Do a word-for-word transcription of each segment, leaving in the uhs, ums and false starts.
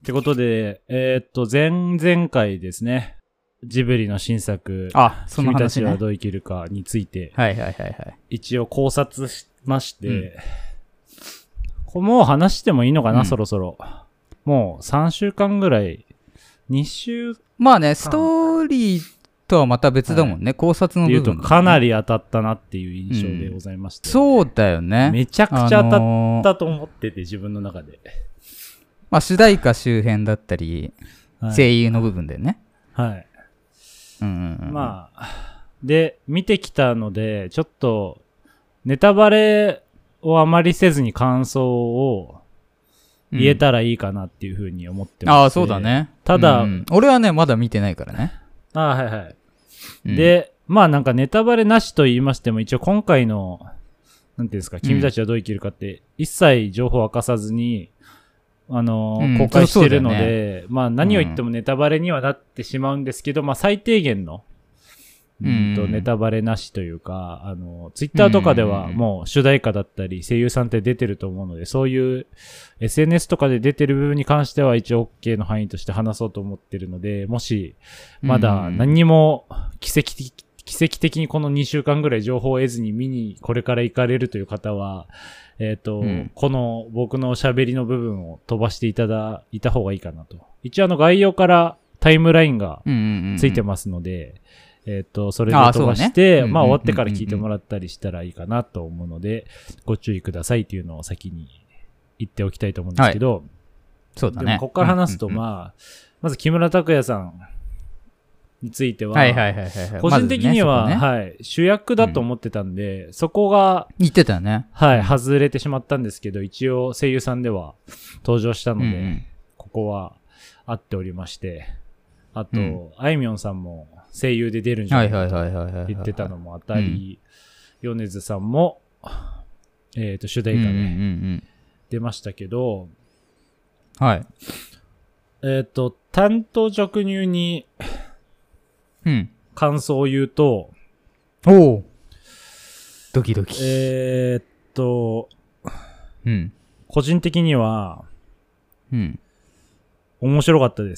ってことで、えー、っと、前々回ですね、ジブリの新作、 あ、その話ね、 君たちはどう生きるかについて、 はいはいはいはい。 一応考察しまして、うん、これもう話してもいいのかな、うん、そろそろ。もうさんしゅうかんぐらい、にしゅうかん。 まあね、ストーリーとはまた別だもんね、はい、考察の部分、ね。 っていうとかなり当たったなっていう印象でございまして、ね、 うん、そうだよね。 めちゃくちゃ当たったと思ってて、自分の中で。 まあ主題歌周辺だったり、はい、声優の部分でね。 はい。 うんうんうん、 まあ、で、見てきたので、ちょっと、ネタバレをあまりせずに感想を言えたらいいかなっていうふうに思ってます、 うん。ああ、そうだね。 ただ、 うん、俺はね、まだ見てないからね。 ああ、はいはい。うん、で、まあなんかネタバレなしと言いましても、一応今回の、なんていうんですか、君たちはどう生きるかって、一切情報を明かさずに、あのーうん、公開してるので、ね、まあ何を言ってもネタバレにはなってしまうんですけど、うん、まあ最低限の、うんとネタバレなしというか、あの、ツイッターとかではもう主題歌だったり声優さんって出てると思うので、そういう エスエヌエス とかで出てる部分に関しては一応 OK の範囲として話そうと思ってるので、もしまだ何にも奇跡的、奇跡的にこのにしゅうかんぐらい情報を得ずに見にこれから行かれるという方は、えっと、うん、この僕の喋りの部分を飛ばしていただいた方がいいかなと。一応あの概要からタイムラインがついてますので、うんうんうんうん、えっと、それで飛ばして、ね、まあ終わってから聞いてもらったりしたらいいかなと思うので、ご注意くださいっていうのを先に言っておきたいと思うんですけど、はい、 そうだね。 でもここから話すと、まあ、うんうんうん、まず木村拓哉さんについては、 はいはいはいはい、 個人的には、まねね、はい、主役だと思ってたんで、うん、そこが、 言ってたね。 はい、外れてしまったんですけど、一応声優さんでは登場したので、うんうん、ここは合っておりまして、あと、うん、あいみょんさんも声優で出るんじゃないかと言ってたのも当たり、米津さんも、えっと、主題歌で出ましたけど、 はい。 えっと、担当直入に、 うん。 感想を言うと、 おお。ドキドキ。 えー、っと、 うん。 個人的には、 うん。 面白かったです。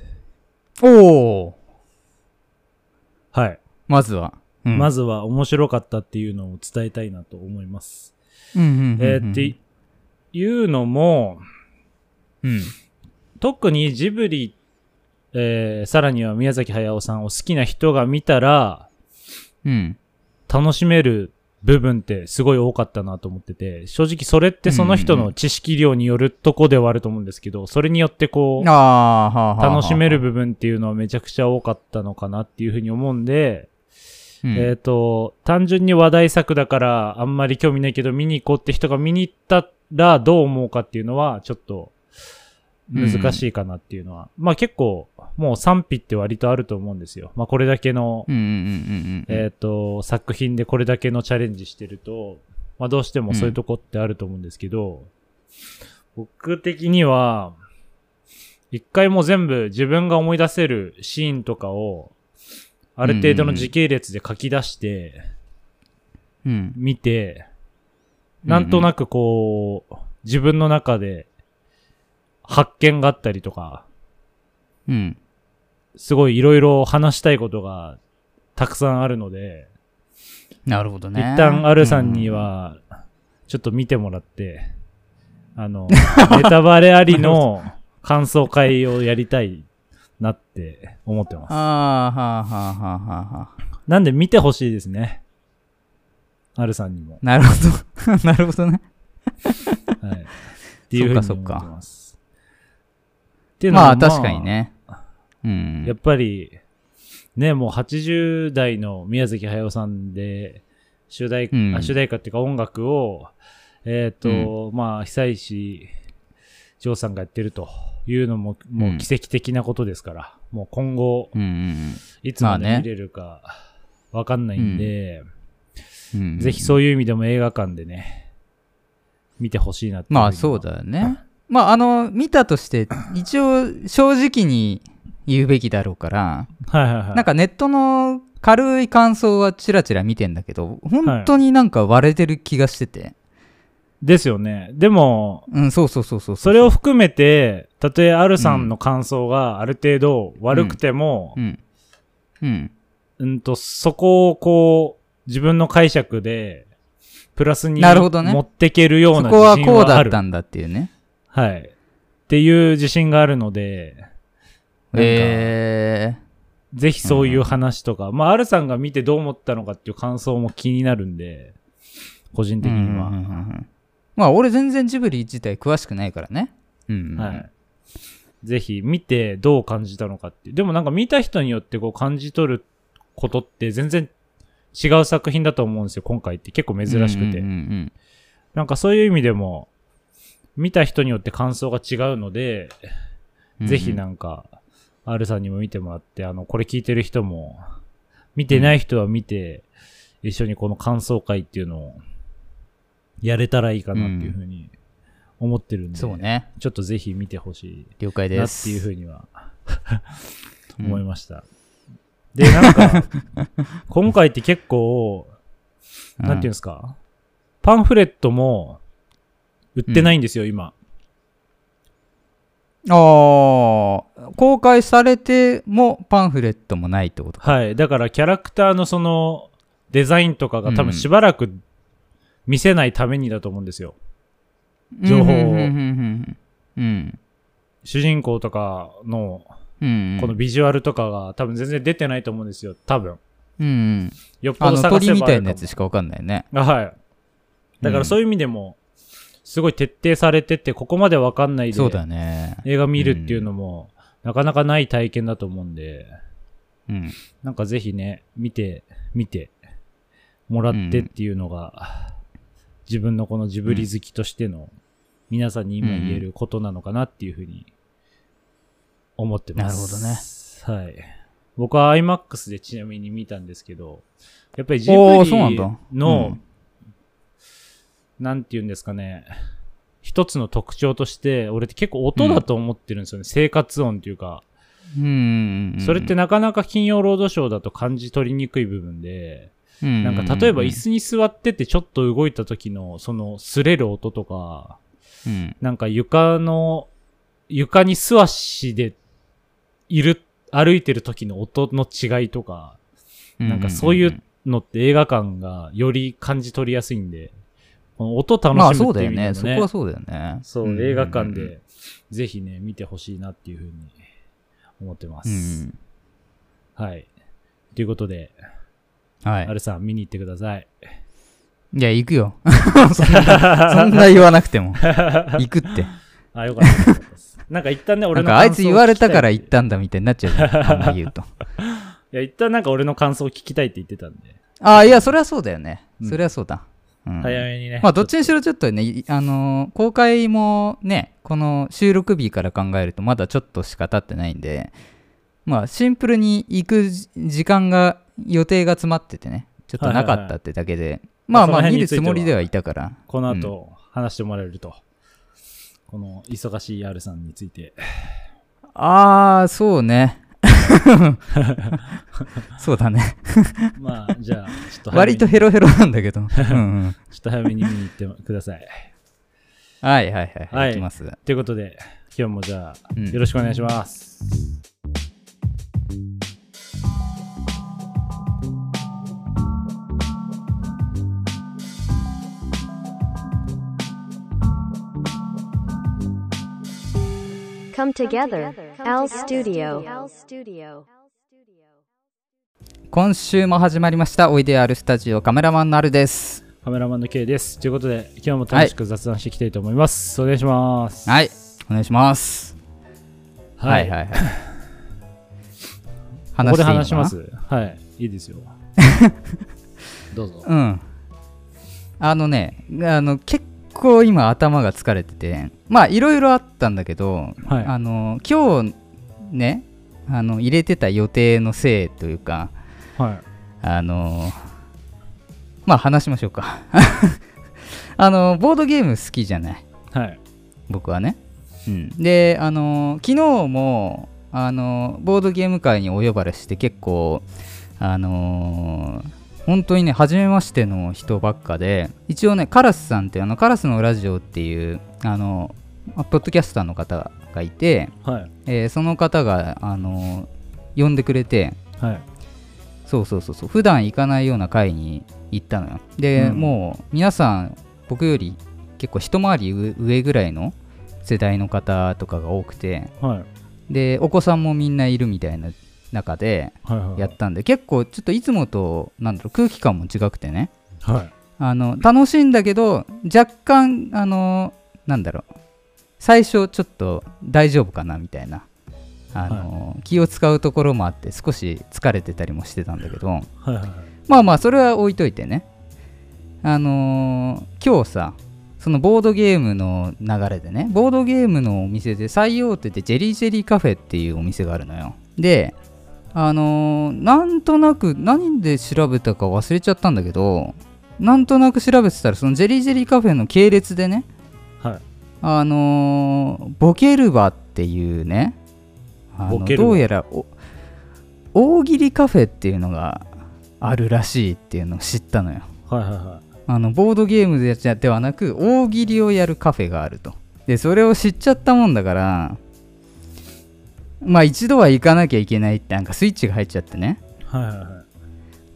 おお。 はい。 まずは、 うん、まずは面白かったっていうのを伝えたいなと思います。 うんうんうんうん、 えー、っていうのも、 うん。 特にジブリえー、さらには宮崎駿さんを好きな人が見たら、 うん。 楽しめる部分ってすごい多かったなと思ってて、正直それってその人の知識量によるとこではあると思うんですけど、それによってこう、 あー、 楽しめる部分っていうのはめちゃくちゃ多かったのかなっていうふうに思うんで、うん、えっと、単純に話題作だからあんまり興味ないけど見に行こうって人が見に行ったらどう思うかっていうのはちょっと、難しいかなっていうのは、うん、まあ結構もう賛否って割とあると思うんですよ。まあこれだけの、えっと、作品でこれだけのチャレンジしてると、まあどうしてもそういうとこってあると思うんですけど、うん、僕的には、一回もう全部自分が思い出せるシーンとかを、ある程度の時系列で書き出して、見て、うん、なんとなくこう、自分の中で、発見があったりとか、 うん。 すごいいろいろ話したいことがたくさんあるので、 なるほどね。 一旦アルさんにはちょっと見てもらって、うん、あの、ネタバレありの感想会をやりたいなって思ってます。 ああ、はあ、はあ、はあ、はあ。 なんで見てほしいですね。アルさんにも。 なるほど。なるほどね。 はい。っていうふうに思ってます。 っていうのはまあ確かにね。 うん。やっぱり、ね、もうはちじゅう代の宮崎駿さんで、主題、うん、あ主題歌っていうか音楽を、えっと、うん、まあ、久石譲さんがやってるというのも、もう奇跡的なことですから、うん、もう今後、 うんうんうん、 いつまで見れるかわかんないんで、まあね、ぜひそういう意味でも映画館でね、見てほしいなって。 まあそうだよね。まあ、あの、見たとして、一応、正直に言うべきだろうから、 はいはいはい。 なんかネットの軽い感想はチラチラ見てんだけど、本当になんか割れてる気がしてて。 ですよね。でも、 うん、そうそうそうそう。 それを含めて、たとえ R さんの感想がある程度悪くても、 うん。うん。うん、 うんと、そこをこう、自分の解釈で、プラスになるほどね。 持っていけるような自信はある。 そこはこうだったんだっていうね。 はい。っていう自信があるので、 えー、ぜひそういう話とか、うん、まあ、R さんが見てどう思ったのかっていう感想も気になるんで、個人的には。うんうんうんうん、 まあ、俺全然ジブリ自体詳しくないからね。 うん、うん。はい。ぜひ見てどう感じたのかっていう。でもなんか見た人によってこう感じ取ることって全然違う作品だと思うんですよ。今回って結構珍しくて。うんうんうん、なんかそういう意味でも、見た人によって感想が違うので、うんうん、ぜひなんか、R さんにも見てもらって、あの、これ聞いてる人も、見てない人は見て、うん、一緒にこの感想会っていうのを、やれたらいいかなっていうふうに思ってるんで、うん、 そうね。 ちょっとぜひ見てほしい。 了解です。 なっていうふうには思いました。うん、で、なんか、今回って結構、なんていうんですか、パンフレットも売ってないんですよ、うん、今。 ああ、公開されてもパンフレットもないってことか。 はい。だからキャラクターのそのデザインとかが多分しばらく見せないためにだと思うんですよ。情報を。うん。主人公とかのこのビジュアルとかが多分全然出てないと思うんですよ。多分。 うん。 よっぽど探せばあるかも。 あの鳥みたいなやつしかわかんないね。 あ、はい。だからそういう意味でも、すごい徹底されてて、ここまでわかんないでそうだね。 映画見るっていうのも、なかなかない体験だと思うんで、 うん、 なんかぜひね、見て、見てもらってっていうのが、自分のこのジブリ好きとしての皆さんに今言えることなのかなっていうふうに思ってます。 なるほどね。 はい。僕は アイマックス でちなみに見たんですけど、やっぱりジブリの、なんて言うんですかね、一つの特徴として、俺って結構音だと思ってるんですよね。うん、生活音っていうか。 うんうんうん、 それってなかなか金曜ロードショーだと感じ取りにくい部分で、うんうんうん、なんか例えば椅子に座っててちょっと動いた時のその擦れる音とか、うん、なんか床の、床に素足でいる、歩いてる時の音の違いとか、うんうんうん、なんかそういうのって映画館がより感じ取りやすいんで、音楽しむっていう意味でもね。 まあそうだよね。そこはそうだよね。 そう、うんうんうん、映画館でぜひね、見てほしいなっていうふうに思ってます。うん、はい。ということで、はい。Rさん見に行ってください。 いや、行くよ。そんな、そんな言わなくても。行くって。 あ、よかった。なんか一旦ね、俺の感想を聞きたい。 なんかあいつ言われたから行ったんだみたいになっちゃうじゃん。あんま言うと。 いや、一旦なんか俺の感想を聞きたいって言ってたんで。 ああ、いや、それはそうだよね。それはそうだ。うん、 早めにね。 まあ、どっちにしろちょっとね、あのー、公開もね、この収録日から考えるとまだちょっとしか経ってないんで、まあ、シンプルに行く時間が、予定が詰まっててね、ちょっとなかったってだけで、はいはいはい、まあまあ、見るつもりではいたから。 この後、話してもらえると。うん、この忙しい R さんについて。 ああ、そうね。そうだね。 まあ、じゃあ、ちょっと割とヘロヘロなんだけど。うん、うん、 ちょっと早めに見に行ってください。 はいはいはい。はい、行きます。 ということで、今日もじゃあ、うん、よろしくお願いします。 Come together, Al Studio。 今週も始まりました。おいで R スタジオ、カメラマンの R です。 カメラマンの K です。ということで、今日も楽しく雑談していきたいと思います。はい、お願いします。 はい、お願いします。はい、はい、はいはい。 ここで話します。はい、いいですよ。どうぞ。 うん。あのね、あの結構今頭が疲れてて、まあいろいろあったんだけど、はい、あの今日ね、あの入れてた予定のせいというか、はい、あのまあ話しましょうか。あのボードゲーム好きじゃない、はい、僕はね、うん、であの昨日もあのボードゲーム界にお呼ばれして結構あの本当にね初めましての人ばっかで、一応ねカラスさんってあのカラスのラジオっていうあのポッドキャスターの方がいて、はいえー、その方があの呼んでくれて、はい、そうそうそうそう普段行かないような会に行ったのよ。で、うん、もう皆さん僕より結構一回り上ぐらいの世代の方とかが多くて、はい、でお子さんもみんないるみたいな中でやったんで、はいはいはい、結構ちょっといつもとなんだろう空気感も違くてね、はい、あの楽しいんだけど若干あのなんだろう最初ちょっと大丈夫かなみたいなあの、はい、気を使うところもあって少し疲れてたりもしてたんだけど、はいはいはい、まあまあそれは置いといてね、あのー、今日さそのボードゲームの流れでね、ボードゲームのお店で最大手でジェリージェリーカフェっていうお店があるのよ。であのー、なんとなく何で調べたか忘れちゃったんだけど、なんとなく調べてたらそのジェリージェリーカフェの系列でね、はい、あのー、ボケルバっていうね、あのどうやら大喜利カフェっていうのがあるらしいっていうのを知ったのよ。はいはいはい、あのボードゲームでではなく大喜利をやるカフェがあると。でそれを知っちゃったもんだからまあ一度は行かなきゃいけないってなんかスイッチが入っちゃってね、はいはいはい、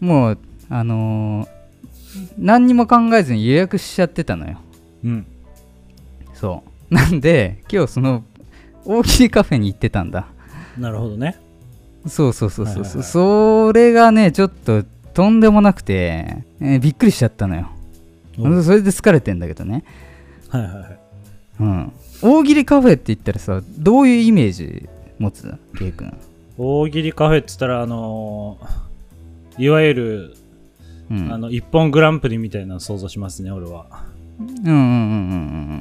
もうあのー、何にも考えずに予約しちゃってたのよ。うんそうなんで今日その大喜利カフェに行ってたんだ。 なるほどね。 そうそうそうそう、はいはいはい、それがねちょっととんでもなくて、えー、びっくりしちゃったのよ。それで疲れてんだけどね。はいはいはい、うん、大喜利カフェって言ったらさどういうイメージ持つ？ケイ君。 大喜利カフェって言ったらあのー、いわゆる、うん、あの一本グランプリみたいなの想像しますね俺は。うんうんうんうんうん。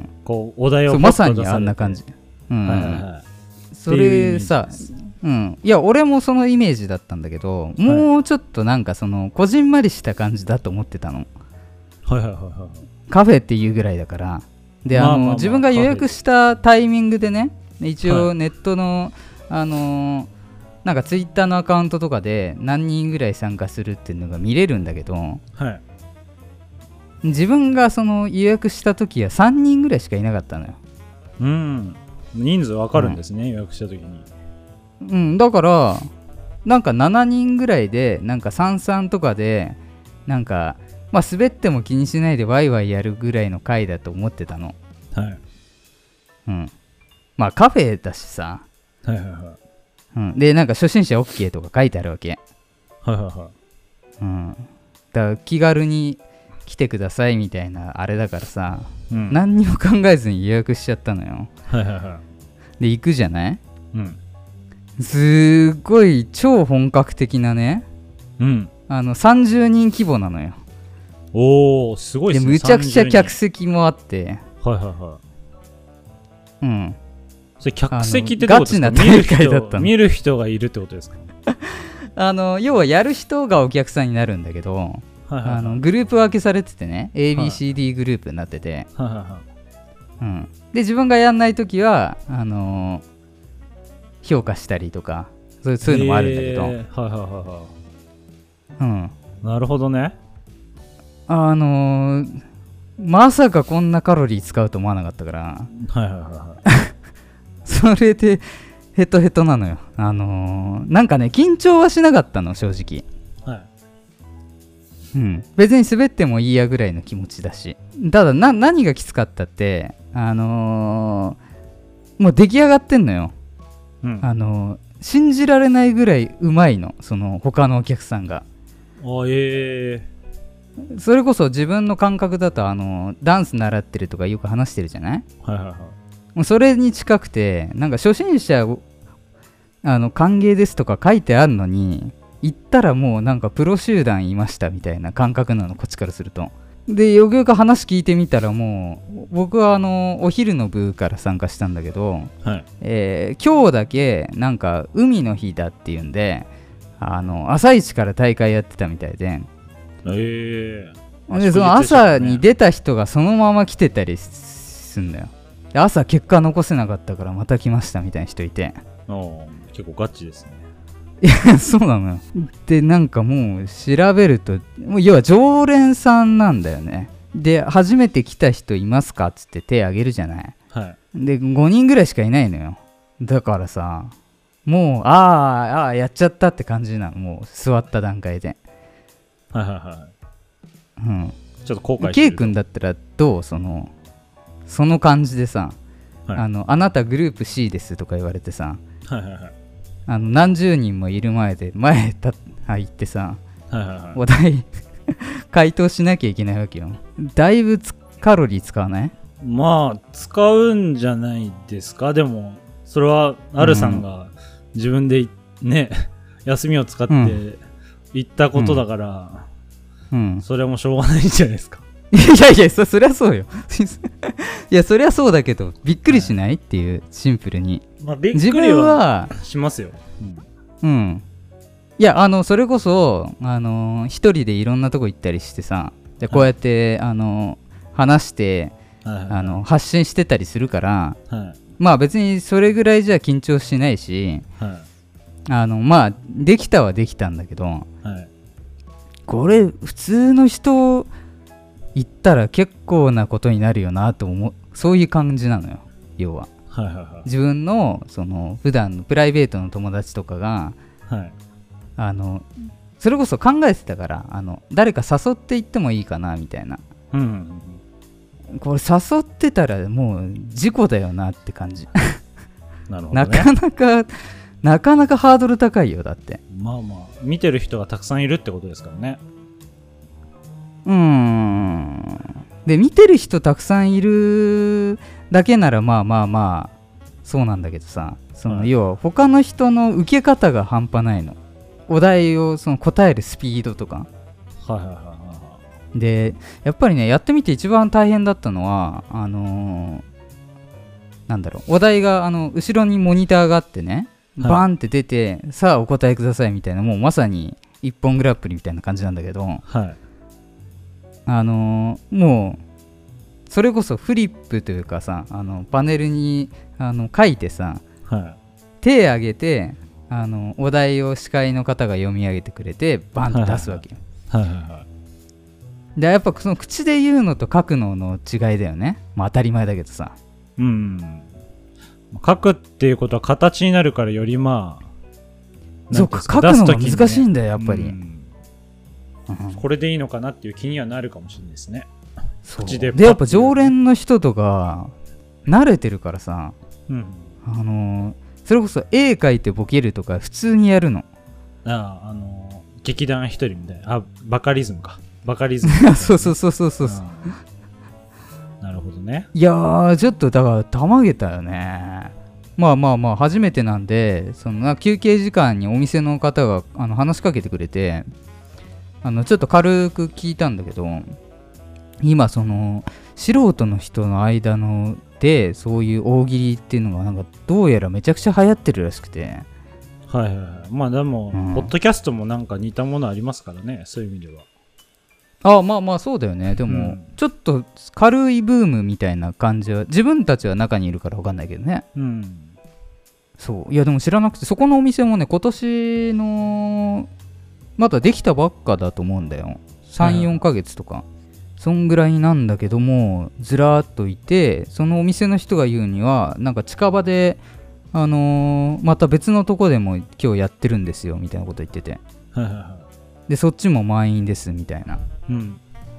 こうお題をまさにあんな感じ。うん、はいはいはい。それさ、うん、いや俺もそのイメージだったんだけど、もうちょっとなんかそのこじんまりした感じだと思ってたの。はいはいはいはい。カフェっていうぐらいだから。で、まあまあまあ、あの自分が予約したタイミングでね、一応ネットの、はい、あのー、なんかツイッターのアカウントとかで何人ぐらい参加するっていうのが見れるんだけど、はい、自分がその予約した時はさんにんぐらいしかいなかったのよ。 うん。人数わかるんですね、うん、予約した時に。 うん、だからなんかしちにんぐらいでなんかさんさんとかでなんかまあ滑っても気にしないでワイワイやるぐらいの回だと思ってたの。はい。うん。まあカフェだしさ。はいはいはい。うん、でなんか初心者 OK とか書いてあるわけ。はいはいはい。うん。だから気軽に来てくださいみたいなあれだからさ、うん、何にも考えずに予約しちゃったのよ。はいはいはい。で行くじゃない？うん。すごい超本格的なね、うん、あのさんじゅうにん規模なのよ。 おーすごいですね。 でむちゃくちゃ客席もあって、 はいはいはい。うん。それ客席ってどういうことですか？ガチな大会だったの。見る人がいるってことですか？ あの要はやる人がお客さんになるんだけど、はいはいはい、あのグループ分けされててね エービーシーディー グループになってて、はいはいはい、うん、で自分がやんないときはあのー、評価したりとかそういう、そういうのもあるんだけど、えー、はいはいはいはい、うん、 なるほどね。 あのー、まさかこんなカロリー使うと思わなかったから、はいはいはいはい、それでヘトヘトなのよ。あのー、なんかね緊張はしなかったの正直。はい。うん。別に滑ってもいいやぐらいの気持ちだし。ただな何がきつかったってあのー、もう出来上がってんのよ。うん。あのー、信じられないぐらいうまいのその他のお客さんが。 あえー。それこそ自分の感覚だとあのー、ダンス習ってるとかよく話してるじゃない？はいはいはい。もうそれに近くてなんか初心者あの歓迎ですとか書いてあるのに行ったらもうなんかプロ集団いましたみたいな感覚なのこっちからすると。でよくよく話聞いてみたらもう僕はあのお昼の部から参加したんだけど、はいえー、今日だけなんか海の日だっていうんであの朝一から大会やってたみたいで、えー、でその朝に出た人がそのまま来てたりすんだよ。朝結果残せなかったからまた来ましたみたいな人いて、 お結構ガチですね。 いやそうなのよ。でなんかもう調べるともう要は常連さんなんだよね。で初めて来た人いますかっつって手挙げるじゃない、 はい、 でごにんぐらいしかいないのよ。だからさもうあーあーやっちゃったって感じなの。もう座った段階で、 はいはいはい、 うん、 ちょっと後悔してる。 K 君だったらどうそのその感じでさ、はい、あのあなたグループ C ですとか言われてさ、 はいはいはい、 あの何十人もいる前で前た入ってさ、 はいはいはい、 お題回答しなきゃいけないわけよ。だいぶカロリー使わない？ まあ使うんじゃないですか。でもそれはアルさんが自分でね、うん、休みを使って言ったことだから、うんうん、それはもうしょうがないんじゃないですか。 いやいや そ, そりゃそうよいやそりゃそうだけどびっくりしない、はい、っていうシンプルに、 まあ、びっくりはしますよ。 うん、うん、いやあのそれこそあの一人でいろんなとこ行ったりしてさ、でこうやって、はい、あの話して、はいはいはい、あの発信してたりするから、はい、まあ別にそれぐらいじゃ緊張しないし、はい、あのまあできたはできたんだけど、はい、これ普通の人言ったら結構なことになるよなと思う、そういう感じなのよ。要は、はいはいはい、自分のその普段のプライベートの友達とかが、はい、あのそれこそ考えてたから、あの誰か誘っていってもいいかなみたいな、うんうんうん、これ誘ってたらもう事故だよなって感じなるほど、ね、なかなかなかなかハードル高いよ。だってまあまあ見てる人がたくさんいるってことですからね。 うーんで見てる人たくさんいるだけならまあまあまあそうなんだけどさ、その、はい、要は他の人の受け方が半端ないの。お題をその答えるスピードとか、はいはいはいはい、でやっぱりねやってみて一番大変だったのはあのー、なんだろうお題があの後ろにモニターがあってね、はい、バーンって出てさあお答えくださいみたいな、もうまさに一本グラップリみたいな感じなんだけど、はい、あのー、もうそれこそフリップというかさ、あのパネルにあの書いてさ、はい、手挙げてあのお題を司会の方が読み上げてくれてバンって出すわけよ。はいはいはいはい、でやっぱその口で言うのと書くのの違いだよね。まあ当たり前だけどさ、 うん、書くっていうことは形になるからよりまあそうか書くのが難しいんだよやっぱり、うんうん、これでいいのかなっていう気にはなるかもしれないですね。 口ででやっぱ常連の人とか慣れてるからさ、うん、あのー、それこそ絵描いてボケるとか普通にやるの。 ああ、あのー、劇団一人みたいな、あバカリズムかバカリズムそうそうそうそうそうなるほどね。 いやーちょっとだからたまげたよね。まあまあまあ初めてなんで、その休憩時間にお店の方があの話しかけてくれて、あのちょっと軽く聞いたんだけど、今その素人の人の間のでそういう大喜利っていうのがなんかどうやらめちゃくちゃ流行ってるらしくて、 はいはいはい、まあでも、うん、ポッドキャストもなんか似たものありますからね、そういう意味では。 あまあまあそうだよね。でも、うん、ちょっと軽いブームみたいな感じは自分たちは中にいるから分かんないけどね、うん、そういやでも知らなくて、そこのお店もね今年のまだできたばっかだと思うんだよ。 さん,よん ヶ月とか、そんぐらいなんだけどもずらーっといて、そのお店の人が言うにはなんか近場であのー、また別のとこでも今日やってるんですよみたいなこと言ってて、はいはいはい、でそっちも満員ですみたいな、うん、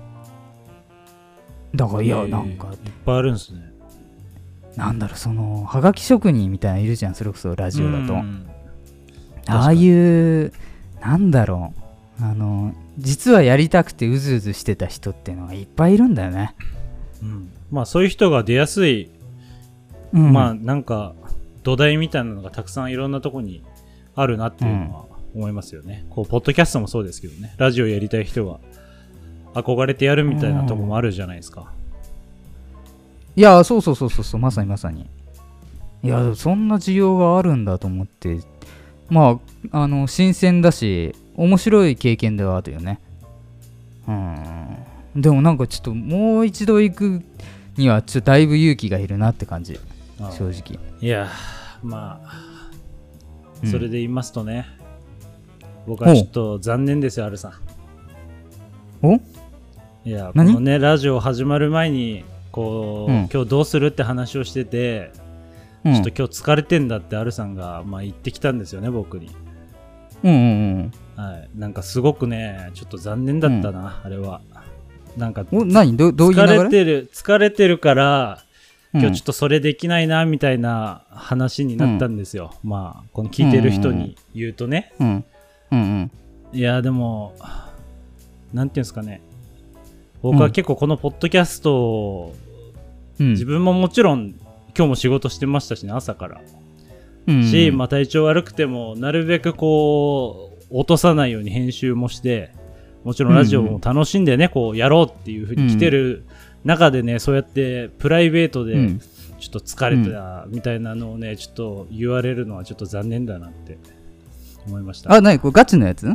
だからいやなんかいっぱいあるんですね。 なんだろうそのはがき職人みたいなのいるじゃん、それこそラジオだと、ああいうなんだろうあの実はやりたくてうずうずしてた人っていうのがいっぱいいるんだよね、 うん、まあそういう人が出やすい、うん、まあなんか土台みたいなのがたくさんいろんなとこにあるなっていうのは思いますよね、うん、こうポッドキャストもそうですけどね、ラジオやりたい人が憧れてやるみたいなとこもあるじゃないですか、うん、 いやそうそうそうそうそうまさにまさに、いやそんな需要があるんだと思って、まああの新鮮だし面白い経験ではあるよね。うんでもなんかちょっともう一度行くにはちょっとだいぶ勇気がいるなって感じ、正直。 いやまあそれで言いますとね、 僕はちょっと残念ですよ、アルさん。 おいや、このね、ラジオ始まる前に、こう、うん、今日どうするって話をしてて、うん、ちょっと今日疲れてんだってアルさんが、まあ、言ってきたんですよね、僕に。 うんうんうん。 はい。なんかすごくね、ちょっと残念だったな、うん、あれは。なんか、 お、何ど、どういう流れ？ 疲れてる、疲れてるから、今日ちょっとそれできないな、みたいな話になったんですよ。うん、まあ、この聞いてる人に言うとね。 うん。うんうん。 いや、でも、なんていうんですかね。僕は結構このポッドキャストを、うん、自分ももちろん今日も仕事してましたしね、朝から。うん、し、まあ、体調悪くてもなるべくこう落とさないように編集もして、もちろんラジオも楽しんでね、うん、こうやろうっていう風に来てる中でね、そうやってプライベートでちょっと疲れたみたいなのをね、ちょっと言われるのはちょっと残念だなって思いました。 あ、なにこれガチのやつ？ はい、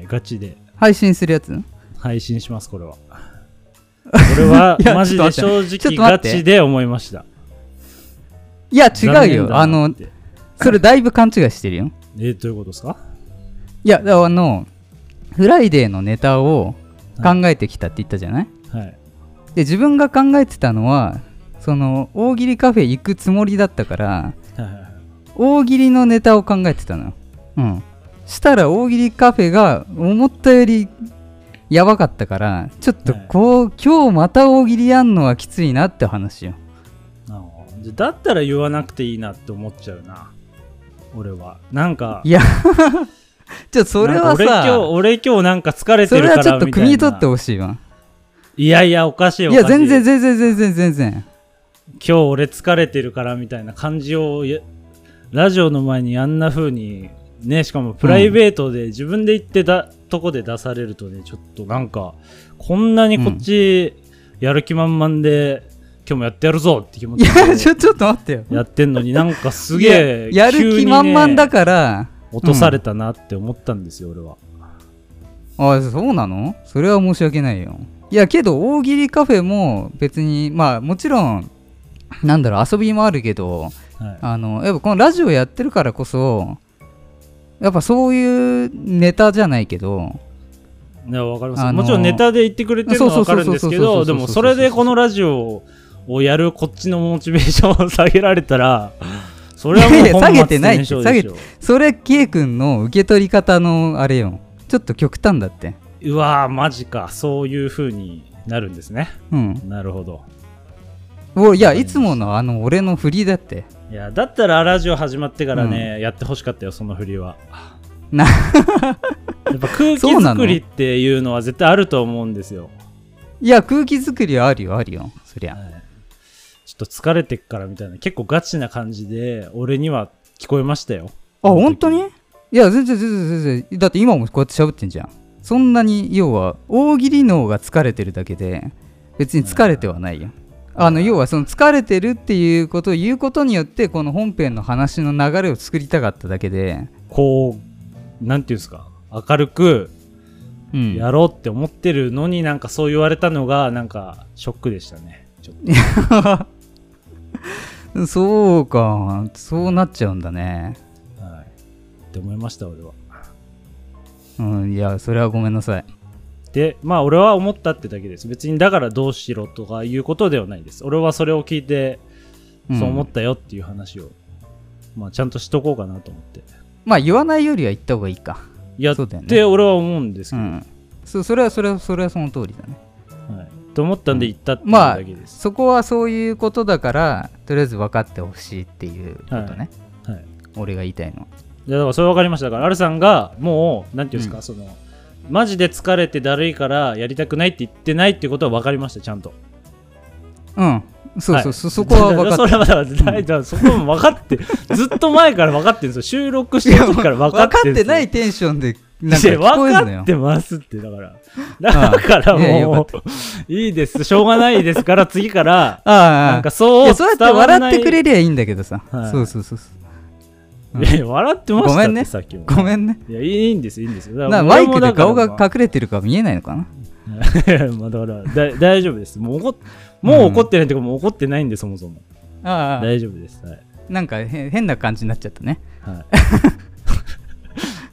ガチで配信するやつ？ 配信します、これは。これはマジで正直ガチで思いました。 いや違うよ、あのそれだいぶ勘違いしてるよ。 えどういうことですか？ いやあのフライデーのネタを考えてきたって言ったじゃない？ はい。 で自分が考えてたのはその大喜利カフェ行くつもりだったから、はいはいはい、大喜利のネタを考えてたのよ。うん。したら大喜利カフェが思ったよりやばかったからちょっとこう、はい、今日また大喜利やんのはきついなって話よ。 ああ、だったら言わなくていいなって思っちゃうな俺は。なんかいやちょっとそれはさ、俺今日俺今日なんか疲れてるからみたいな。 それはちょっと汲み取ってほしいわ。 いやいやおかしいおかしい。 いや全然全然全然全然今日俺疲れてるからみたいな感じをラジオの前にあんな風にね、しかもプライベートで自分で言ってた、うん、とこで出されるとね、ちょっとなんかこんなにこっちやる気満々で、うん、今日もやってやるぞって気持ちでいやちょ、ちょっと待ってよやってんのになんかすげえやる気満々だから落とされたなって思ったんですよ、うん、俺は。 ああそうなの？それは申し訳ないよ。いやけど大喜利カフェも別にまあもちろんなんだろう遊びもあるけど、はい、あのやっぱこのラジオやってるからこそやっぱそういうネタじゃないけど、 いや分かります、あのー、もちろんネタで言ってくれてるのは分かるんですけど、でもそれでこのラジオをやるこっちのモチベーションを下げられたらそれはもう本末転承でしょ。 それ K 君の受け取り方のあれよ、ちょっと極端だって。 うわーマジか、そういう風になるんですね。うんなるほど。 おいやいつものあの俺の振りだって。 いやだったらラジオ始まってからね、うん、やってほしかったよその振りは。 なやっぱ空気作りっていうのは絶対あると思うんですよ。 いや空気作りはあるよあるよそりゃ、はい、 ちょっと疲れてっからみたいな結構ガチな感じで俺には聞こえましたよ。 あ本当に？いや全然全然全然だって今もこうやって喋ってんじゃん。そんなに要は大喜利脳が疲れてるだけで別に疲れてはないよ。あの要はその疲れてるっていうことを言うことによってこの本編の話の流れを作りたかっただけで、 こうなんていうんですか明るくやろうって思ってるのに、なんかそう言われたのがなんかショックでしたねちょっとそうかそうなっちゃうんだね、 はい、って思いました俺は。 うんいやそれはごめんなさい。 でまあ俺は思ったってだけです。別にだからどうしろとかいうことではないです。俺はそれを聞いてそう思ったよっていう話を、うん、まあちゃんとしとこうかなと思って。 まあ言わないよりは言った方がいいか。 いやって俺は思うんですけど、うん、 そ, それはそれはそれはその通りだね。 はい。と思ったんで言ったっていうだけです。 まあそこはそういうことだからとりあえず分かってほしいっていうことね。はい。はい、俺が言いたいのは。 いやだからそれ分かりました。だからアルさんがもうなんていうんですか、うん、そのマジで疲れてだるいからやりたくないって言ってないっていうことは分かりましたちゃんと。 うんそうそう、はい、そ, そこは分かってそれはだから、うん、そこも分かってずっと前から分かってるんですよ。収録してる時から分かってるんですよ。 分かってないテンションでなんか聞こえるのよ。 分かってますってだからだからもう い, やいいですしょうがないですから次からああなんかそういやそうやって笑ってくれりゃいいんだけどさ、はい、そうそうそうそういや笑ってましたって。ごめんねさっきもごめんね。 いやいいんですいいんですよ。 なマイクで顔が隠れてるから見えないのかな。 まあだからだ大丈夫です。もう怒もう怒ってないっていうかもう怒ってないんでそもそも。ああ大丈夫です。はい。 なんか変な感じになっちゃったね。 はい。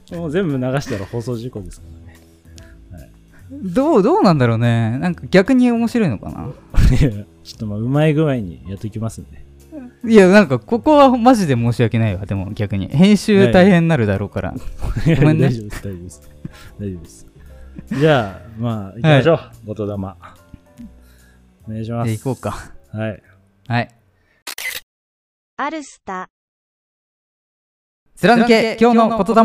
もう全部流したら放送事故ですからね。はい、 どう、どうなんだろうね。なんか逆に面白いのかな。 ちょっとまあ、うまい具合にやっていきますんで。 いや、なんかここはマジで申し訳ないわ。でも逆に。編集大変になるだろうから。ごめんね。 大丈夫です、大丈夫です。大丈夫です。じゃあ、まあ、行きましょう。はい、言霊。お願いします。 じゃあ行こうか。 はい。 はい。 アルスタ。 貫け、今日の言霊。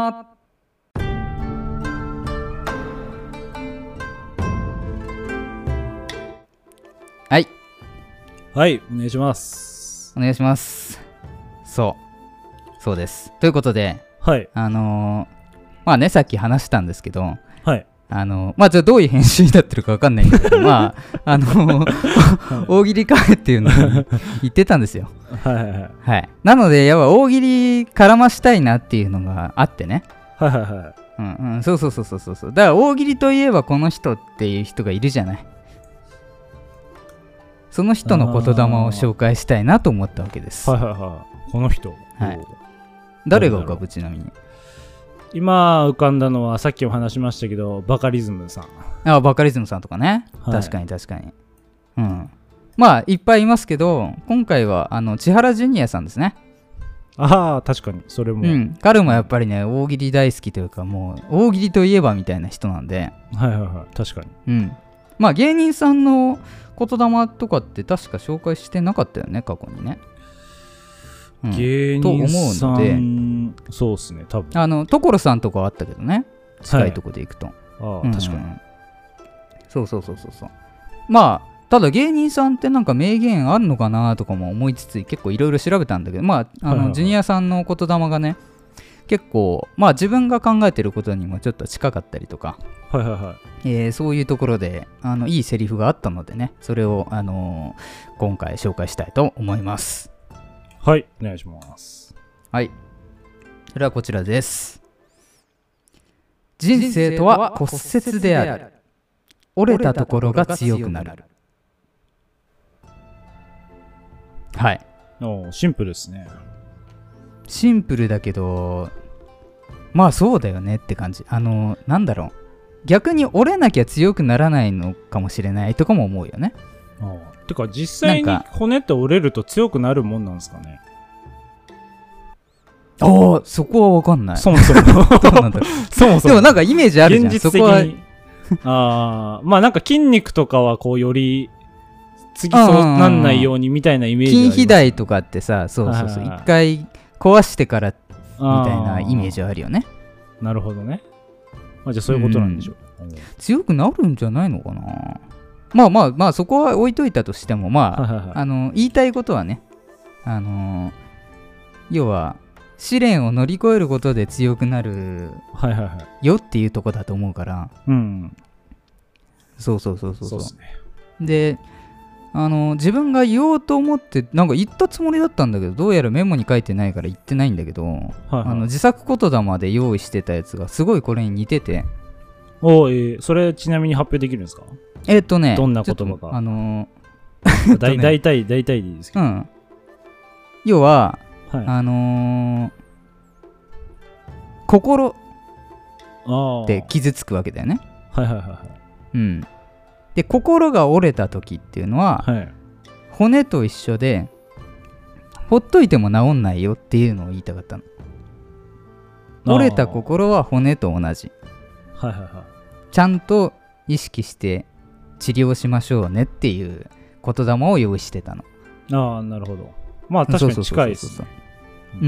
はい。 はい、お願いします。 お願いします。そう。そうです。ということで、 はい。 あのー、まあね、さっき話したんですけど、 はい。 あのー、まあ、じゃあどういう編集になってるかわかんないんだけど、まあ、あのー、大喜利カフェっていうのを言ってたんですよ。 はいはいはい。 はい。なので、やっぱ大喜利絡ましたいなっていうのがあってね。 はいはいはい。 うんうん、そうそうそうそうそう。だから大喜利といえばこの人っていう人がいるじゃない。その人の言霊を紹介したいなと思ったわけです。 はいはいはい。この人。 はい。誰が浮かぶちなみに。 今浮かんだのはさっきも話しましたけど、バカリズムさん。 ああ、バカリズムさんとかね。はい、確かに確かに。うん。まあいっぱいいますけど、今回はあの千原ジュニアさんですね。 ああ、確かにそれも。 うん。彼もやっぱりね、大喜利大好きというか、もう大喜利といえばみたいな人なんで。 はいはいはい。確かに。 うん。まあ芸人さんの言霊とかって確か紹介してなかったよね、過去にね。 うん、芸人さんと思うので、そうですね、多分。 あの、所さんとかはあったけどね、近いとこで行くと。はい、 ああ、うん、確かに。 そうそうそうそうそう。まあ、ただ芸人さんってなんか名言あるのかなとかも思いつつ、結構いろいろ調べたんだけど、まあ、あの、はいはいはい、ジュニアさんの言霊がね、結構、まあ自分が考えてることにもちょっと近かったりとか、 はいはいはい、 えー、そういうところであのいいセリフがあったのでね、それを、あのー、今回紹介したいと思います。 はい、お願いします。 はい、それはこちらです。人生とは骨折である。折れたところが強くなる。はい。 お、シンプルですね。 シンプルだけど、まあそうだよねって感じ。あのなんだろう、逆に折れなきゃ強くならないのかもしれないとかも思うよね。 ああ、てか実際に骨って折れると強くなるもんなんですかね。 ああ、そこは分かんない。 そもそもどうなんだろう。そもそもでもなんかイメージあるじゃん。 現実的に。ああ、まあなんか筋肉とかはこうより次そうなんないようにみたいなイメージあります。 筋肥大とかってさ、そうそうそう、一回壊してからみたいなイメージはあるよね。 なるほどね。まあ、じゃあそういうことなんでしょう、うん、 強くなるんじゃないのかな。まあまあまあそこは置いといたとしても、まあ、はいはいはい、あの言いたいことはね、あのー、要は試練を乗り越えることで強くなるよっていうとこだと思うから、 うん、 そうそうそうそうそう。 そうですね。 で、あの自分が言おうと思ってなんか言ったつもりだったんだけど、どうやらメモに書いてないから言ってないんだけど、はいはい、あの自作言霊で用意してたやつがすごいこれに似てて。 おー、えー、それちなみに発表できるんですか？ えー、っとね、 どんな言葉か。 あのーだいね、大体大体でいいですけど、 うん、要は、 はい、 あのー、心って傷つくわけだよね。 はいはいはいはい。 うん。で、心が折れた時っていうのは、 はい、 骨と一緒でほっといても治んないよっていうのを言いたかったの。折れた心は骨と同じ、 はいはいはい、 ちゃんと意識して治療しましょうねっていう言霊を用意してたの。 ああ、なるほど。まあ確かに近いですね。 うん、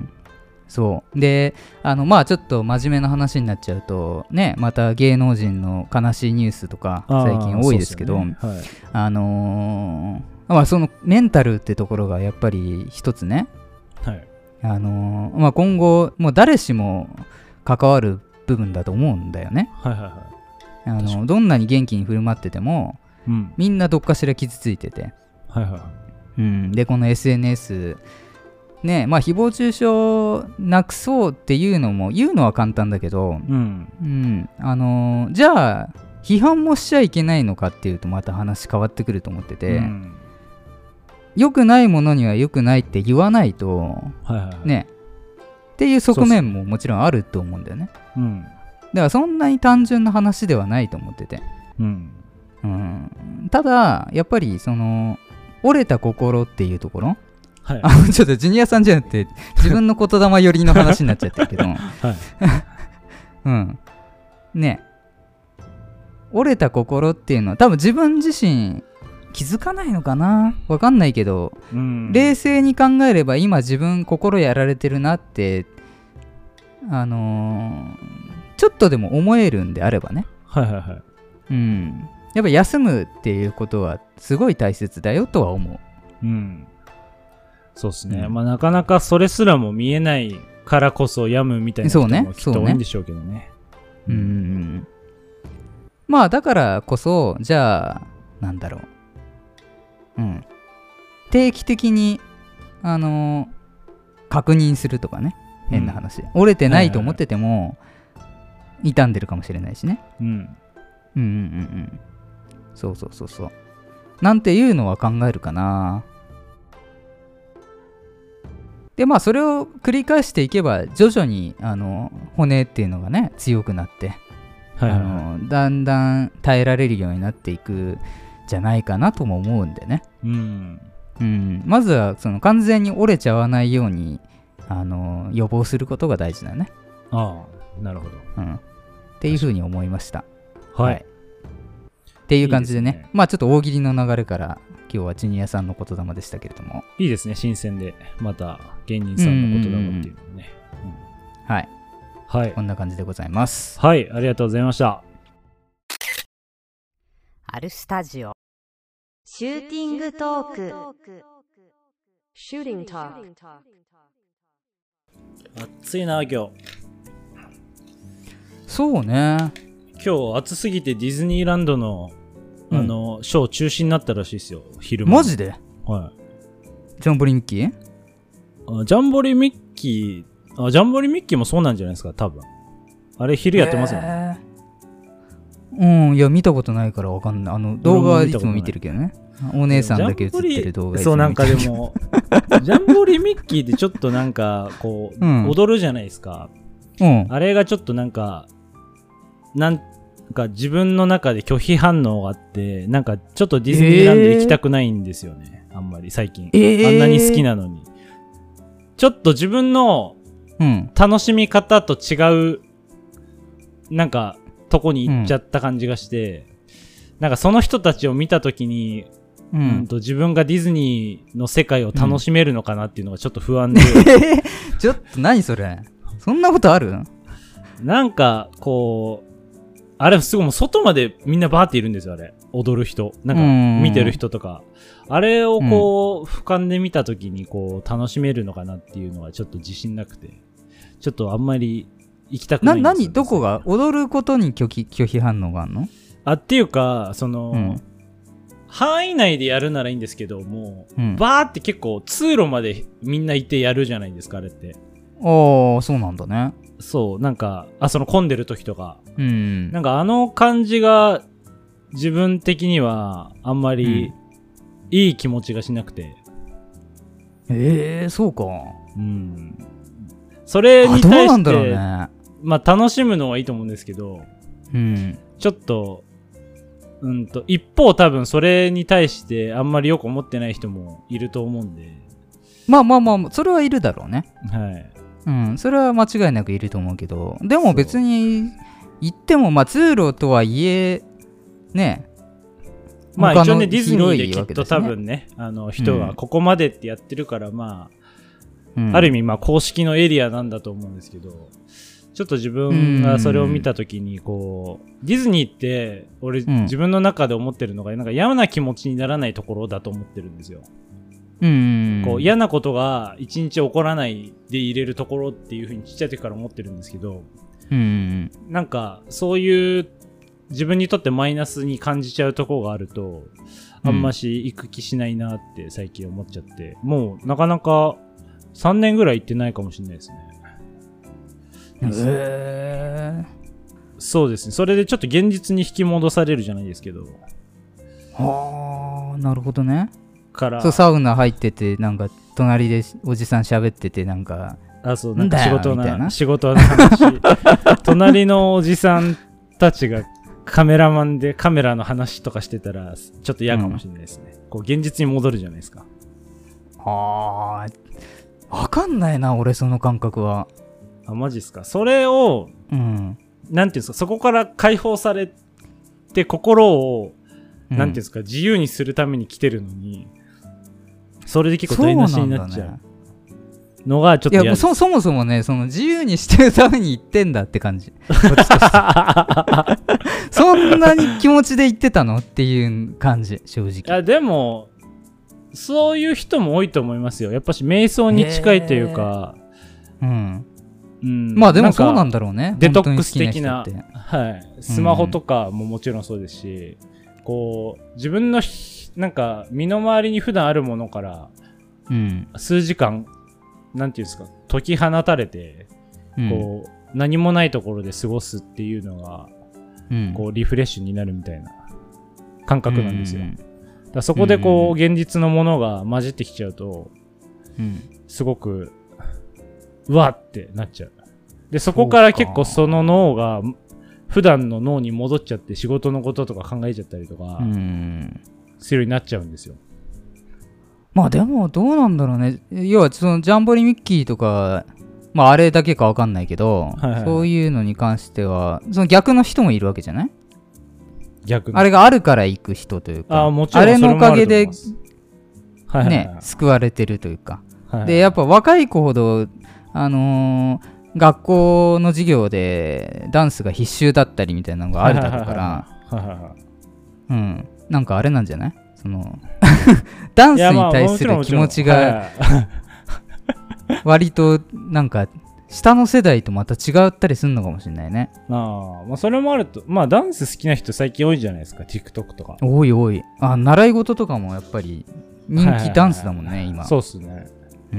そうで、あのまあちょっと真面目な話になっちゃうとね、また芸能人の悲しいニュースとか最近多いですけど、ね、はい、あのー、まあそのメンタルってところがやっぱり一つね、 はい、 あのー、まあ今後もう誰しも関わる部分だと思うんだよね。 はいはいはい。 あのどんなに元気に振る舞ってても、うん、みんなどっかしら傷ついてて、 はいはい、 うん、でこの エスエヌエスね、まあ誹謗中傷なくそうっていうのも言うのは簡単だけど、 うんうん、あのー、じゃあ批判もしちゃいけないのかっていうとまた話変わってくると思ってて、うん、良くないものには良くないって言わないと、 はいはいはい、 ね、 っていう側面ももちろんあると思うんだよね。 うん、 だからそんなに単純な話ではないと思ってて、 うんうん、ただやっぱりその折れた心っていうところ、 はい、 あのちょっとジュニアさんじゃなくて自分の言霊寄りの話になっちゃってるけど、はいうん、ね折れた心っていうのは多分自分自身気づかないのかな、わかんないけど、うん、冷静に考えれば今自分心やられてるなってあのー、ちょっとでも思えるんであればね、 はいはいはい、 うん、やっぱ休むっていうことはすごい大切だよとは思う。うん、 そうですね、うん、まあなかなかそれすらも見えないからこそ病むみたいな人もきっと多いんでしょうけどね。 ねうんうん、まあだからこそじゃあなんだろう、うん、定期的にあのー、確認するとかね、変な話、うん、折れてないと思ってても、はいはいはい、傷んでるかもしれないしね、うん、うんうんうんうんそうそうそうそうなんていうのは考えるかな。でまあそれを繰り返していけば徐々にあの骨っていうのがね強くなって、はいはいはい、あのだんだん耐えられるようになっていくじゃないかなとも思うんでね、うんうん、まずはその完全に折れちゃわないようにあの予防することが大事だね。 ああなるほど、 うん、っていうふうに思いました。 はい、はい、 っていう感じで ね, いいでねまあちょっと大喜利の流れから今日はジュニアさんの言霊でしたけれども、 いいですね、新鮮でまた芸人さんの言霊っていうのもね、うんうんうんうん、はい、はい、こんな感じでございます。 はい、ありがとうございました。 アルスタジオシューティングトークシューティングトーク暑いな今日。 そうね、 今日暑すぎてディズニーランドのあの、うん、ショー中止になったらしいですよ、昼間。 マジで？ はい。 ジャンボリミッキー？ あ、ジャンボリミッキー、あ、ジャンボリミッキーもそうなんじゃないですか、多分。あれ昼やってますよね。 えー、うん、いや見たことないからわかんない。あの動画はいつも見てるけどね。お姉さんだけ映ってる動画いつも見てる。 そうなんかでもジャンボリミッキーってちょっとなんかこう、うん、踊るじゃないですか。うん。あれがちょっとなんかなんか自分の中で拒否反応があって、なんかちょっとディズニーランド行きたくないんですよね、えー、あんまり最近、えー、あんなに好きなのにちょっと自分の楽しみ方と違うなんかとこに行っちゃった感じがして、うん、なんかその人たちを見たときに、うんうん、と自分がディズニーの世界を楽しめるのかなっていうのがちょっと不安で、 うん、ちょっと何それ、そんなことある？ なんかこうあれすごいもう外までみんなバーっているんですよ、あれ踊る人、なんか見てる人とか、あれをこう、うん、俯瞰で見たときにこう楽しめるのかなっていうのがちょっと自信なくて、ちょっとあんまり行きたくないんですよ。 な、何どこが踊ることに拒否、拒否反応があるの？ あっていうかその、うん、範囲内でやるならいいんですけども、うん、バーって結構通路までみんないてやるじゃないですか、あれって。 ああそうなんだね。 そうなんかあその混んでる時とか、うん、なんかあの感じが自分的にはあんまりいい気持ちがしなくて、 うん、えーそうか、 うん、それに対してどうなんだろうね、まあ楽しむのはいいと思うんですけど、うん、ちょっとうんと一方多分それに対してあんまりよく思ってない人もいると思うんで、 まあまあまあそれはいるだろうね。 はい。 うん、それは間違いなくいると思うけど、でも別に行っても、まあ、通路とはいえね、 まあ一応ねディズニーできっと多分ね、あの人がここまでってやってるから、うん、まあ、うん、ある意味まあ公式のエリアなんだと思うんですけど、ちょっと自分がそれを見たときにこう、ディズニーって俺、うん、自分の中で思ってるのがなんか嫌な気持ちにならないところだと思ってるんですよ。うん、こう嫌なことが一日起こらないで入れるところっていう風にちっちゃい時から思ってるんですけど、うん、なんかそういう自分にとってマイナスに感じちゃうところがあるとあんまし行く気しないなって最近思っちゃって、うん、もうなかなかさんねんぐらい行ってないかもしれないですね。へー、そうですね。それでちょっと現実に引き戻されるじゃないですけど。 はあ、なるほどね。 からそうサウナ入っててなんか隣でおじさん喋っててなんかあ、そう、なんか仕事な、仕事の話。隣のおじさんたちがカメラマンでカメラの話とかしてたら、ちょっと嫌かもしれないですね。うん、こう、現実に戻るじゃないですか。 はあ、わかんないな、俺、その感覚は。 あ、マジっすか。それを、 うん、 なんていうんですか、そこから解放されて、心を、うん、なんていうんですか、自由にするために来てるのに、それで結構台無しになっちゃうのがちょっと嫌です。 いや、そ、そもそもね、その自由にしてるために言ってんだって感じ。そんなに気持ちで言ってたのっていう感じ、正直。いや、でも、そういう人も多いと思いますよ。やっぱし瞑想に近いというか、 うん。うん、まあでもそうなんだろうね。 デトックス的な、はい、スマホとかももちろんそうですし、うん、こう自分のなんか身の回りに普段あるものから、うん、数時間なんていうんですか、解き放たれて、うん、こう何もないところで過ごすっていうのが、うん、こうリフレッシュになるみたいな感覚なんですよ。うん、だそこでこう、うん、現実のものが混じってきちゃうと、うん、すごくうわってなっちゃう。で、そこから結構その脳が普段の脳に戻っちゃって仕事のこととか考えちゃったりとかするようになっちゃうんですよ。 まあでもどうなんだろうね。要はそのジャンボリミッキーとか、まああれだけかわかんないけど、はいはい、そういうのに関してはその逆の人もいるわけじゃない？逆あれがあるから行く人というか、あ、もちろんあれのおかげで、はいはいはい、ね、救われてるというか、はいはい、でやっぱ若い子ほどあのー、学校の授業でダンスが必修だったりみたいなのがあるだろうからうん、なんかあれなんじゃない？そのダンスに対する気持ちが割となんか下の世代とまた違ったりするのかもしれないね。 あ、まあそれもあると、まあダンス好きな人最近多いじゃないですか、 TikTok とか。 多い多い。あ、習い事とかもやっぱり人気ダンスだもんね、はいはいはい、今。 そうっすね。うん、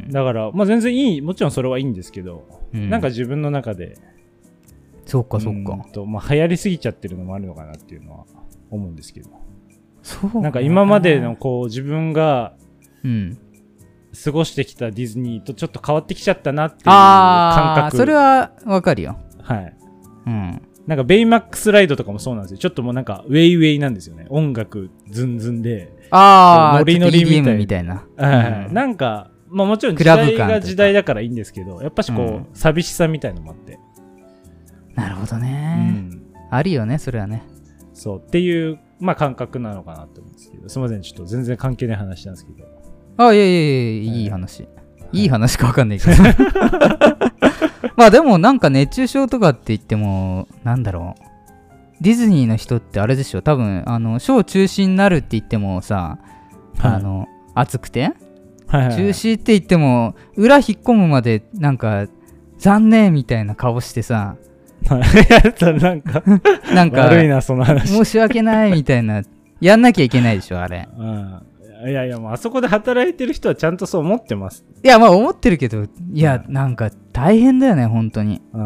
だから、まあ、全然いい、もちろんそれはいいんですけど、うん、なんか自分の中でそうかそうかと、まあ、流行りすぎちゃってるのもあるのかなっていうのは思うんですけど、そうなんか今までのこう自分が過ごしてきたディズニーとちょっと変わってきちゃったなっていう感覚。 あ、それはわかるよ。 はい、うん、なんかベイマックスライドとかもそうなんですよ。ちょっともうなんかウェイウェイなんですよね。音楽ズンズンで、 ああ、 ノリノリみたいな、 みたいな、 はい、うん、なんかまあもちろん時代が時代だからいいんですけど、やっぱしこう、うん、寂しさみたいのもあって。 なるほどね、うん、あるよね、それはね。 そうっていうまあ感覚なのかなって思うんですけど、すみません、ちょっと全然関係ない話なんですけど。 あ、いやいやいや、いい話、はい、いい話か分かんないけどまあでもなんか熱中症とかって言ってもなんだろう、ディズニーの人ってあれでしょ、多分あのショー中止になるって言ってもさ、はい、あの暑くてはいはいはい、中止って言っても裏引っ込むまでなんか残念みたいな顔してさなんかなんか悪いなその話、 申し訳ないみたいなやんなきゃいけないでしょあれ、 うん、いやいやもうあそこで働いてる人はちゃんとそう思ってます。 いやまあ思ってるけど、いや、うん、なんか大変だよね本当に、うん、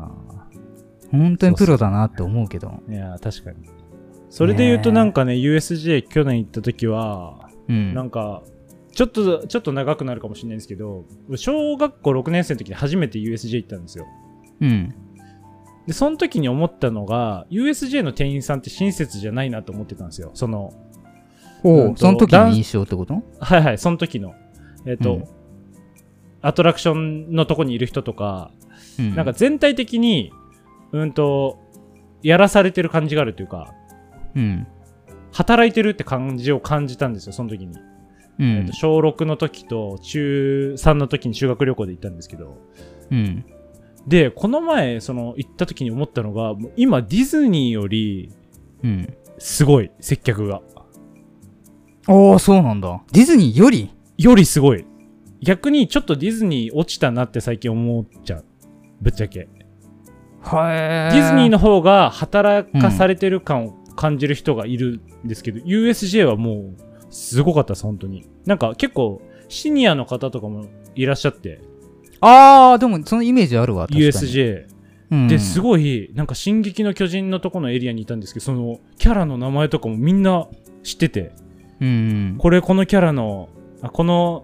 本当にプロだなって思うけど。 そうそう、いや確かにそれで言うとなんかね ユーエスジェー 去年行った時は、うん、なんかちょっと、ちょっと長くなるかもしれないんですけど、小学校ろくねん生の時に初めて ユーエスジェー 行ったんですよ。うん。で、その時に思ったのが、ユーエスジェー の店員さんって親切じゃないなと思ってたんですよ。その、 おう、その時の印象ってこと？ はいはい、その時の。えっと、うん、アトラクションのとこにいる人とか、うん、なんか全体的に、うんと、やらされてる感じがあるというか、うん。働いてるって感じを感じたんですよ、その時に。うんえー、と小ろくの時と中さんの時に修学旅行で行ったんですけど、うん、でこの前その行った時に思ったのが、もう今ディズニーよりすごい、うん、接客が。 ああそうなんだ。ディズニーよりよりすごい。逆にちょっとディズニー落ちたなって最近思っちゃう、ぶっちゃけ。 はディズニーの方が働かされてる感を感じる人がいるんですけど、うん、ユーエスジェー はもうすごかったです本当に。なんか結構シニアの方とかもいらっしゃって。 あーでもそのイメージあるわ確かにユーエスジェー、うん、ですごいなんか進撃の巨人のとこのエリアにいたんですけど、そのキャラの名前とかもみんな知ってて、うん、これこのキャラのあこのキ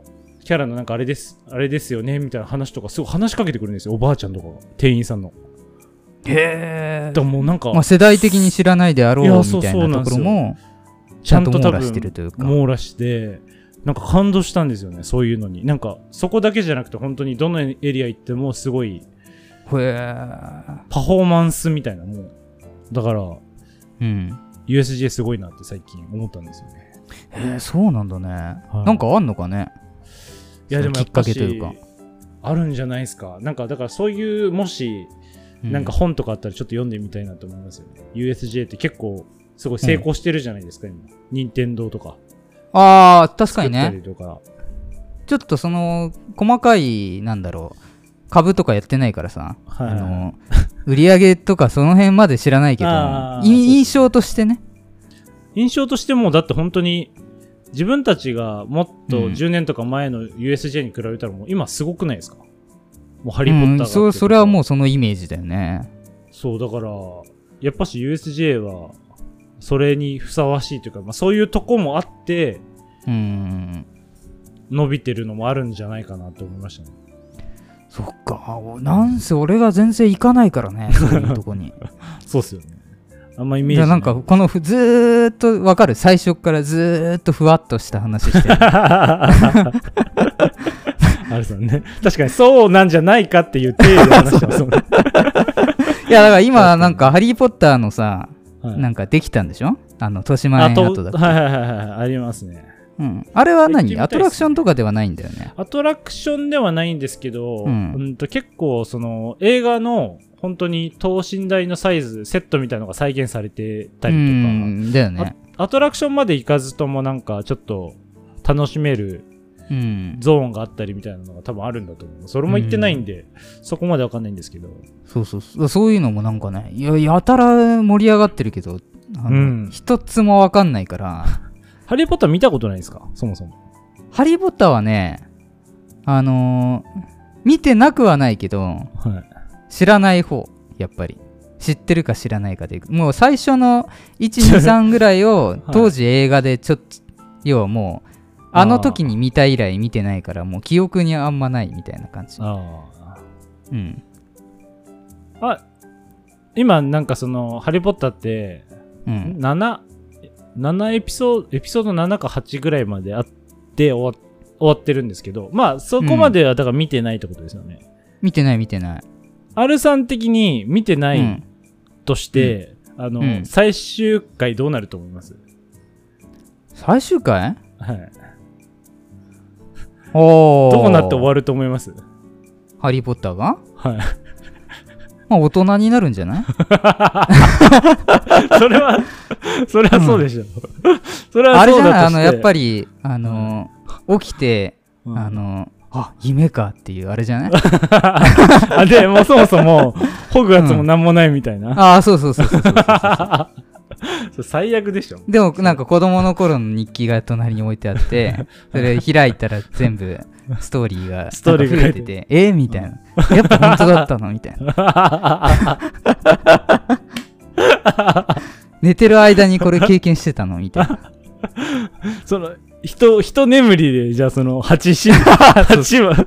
キャラのなんかあれですあれですよねみたいな話とかすごい話しかけてくるんですよ、おばあちゃんとかが、店員さんの。 へえ。 でもなんか、 まあ、世代的に知らないであろうみたいなところもちゃんと網羅してるというか、 網羅してなんか感動したんですよね、そういうのに。なんかそこだけじゃなくて本当にどのエリア行ってもすごいパフォーマンスみたいな、もうだから、うん、ユーエスジェー すごいなって最近思ったんですよね。 へえ、そうなんだね、はい、なんかあんのかね。 いやでもやっぱしきっかけというかあるんじゃないですか。なんかだからそういうもしなんか本とかあったらちょっと読んでみたいなと思いますよね、うん、ユーエスジェー って結構すごい成功してるじゃないですか、うん、今任天堂とか。 ああ確かにね。ちょっとその細かいなんだろう株とかやってないからさ、はいはい、あの売り上げとかその辺まで知らないけど印象としてね、 印象としてもだって本当に自分たちがもっとじゅうねんとか前の ユーエスジェー に比べたらもう今すごくないですか。もうハリーポッターが、うん、 そ, それはもうそのイメージだよね。 そうだからやっぱし ユーエスジェー はそれにふさわしいというか、まあ、そういうとこもあってうん伸びてるのもあるんじゃないかなと思いましたね。 そっか、なんせ俺が全然行かないからね、そういうとこに。 そうっすよね。あんまイメージない。 なんかこのずーっと分かる、最初からずーっとふわっとした話してる。あれさんね、確かにそうなんじゃないかっていう体で話してますもんね。 いやだから今なんかハリーポッターのさ、はい、なんかできたんでしょ、あの豊島園跡だっけ。 はいはいはいはい、ありますね。 うん、あれは何、アトラクションとかではないんだよね。 アトラクションではないんですけど、うん、うんと結構その映画の本当に等身大のサイズセットみたいなのが再現されてたりとか、 うんだよね、 アトラクションまで行かずともなんかちょっと楽しめるゾーンがあったりみたいなのが多分あるんだと思う。それも行ってないんで、うん、そこまでわかんないんですけど、 そうそうそう、そういうのもなんかね、いややたら盛り上がってるけど、あの、うん、一つもわかんないから。 ハリーポッター見たことないですか、そもそも。 ハリーポッターはね、あのー、見てなくはないけど、はい、知らない方、やっぱり。知ってるか知らないかでいく。もう最初のいち、に、さんぐらいを当時映画でちょっと、はい、要はもう、あの時に見た以来見てないから、もう記憶にあんまないみたいな感じ。ああ。うん。 あ、今なんかその、ハリーポッターって、うん、なな、ななエピソード、エピソードななかはちぐらいまであって終わ、終わってるんですけど、まあそこまではだから見てないってことですよね。うん、 見てない見てない。 R さん的に見てないとして、うん、あの、うん、最終回どうなると思います？ 最終回？ はい。おー。どうなって終わると思います？ ハリーポッターが？ はい。 まあ大人になるんじゃない？ それはそれはそうでしょ、うん、それはそうだとして、あれじゃない、あのやっぱりあの、うん、起きて、うん、あのあ夢かっていうあれじゃない？ あでもうそもそもホグワーツもなんもないみたいな、うん、 ああそうそうそうそうそうそうそれ最悪でしょ。 でもなんか子供の頃の日記が隣に置いてあってそれ開いたら全部ストーリーがストーリーが増えててえー、みたいな、うん、やっぱ本当だったのみたいな寝てる間にこれ経験してたのみたいなその人人眠りでじゃあそのはちシーンはちは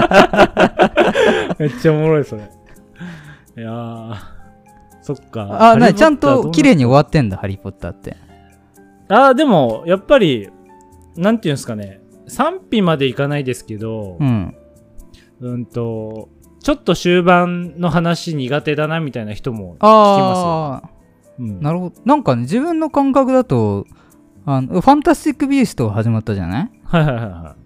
めっちゃおもろいそれ。いやーそっか。 あ、なにちゃんと綺麗に終わってんだハリーポッターって。 あーでもやっぱりなんていうんですかね、賛否までいかないですけど、うん、うんとちょっと終盤の話苦手だなみたいな人も聞きますよ。 うん、なるほど。なんかね自分の感覚だとあのファンタスティック・ビーストが始まったじゃない？ はいはいはいはい。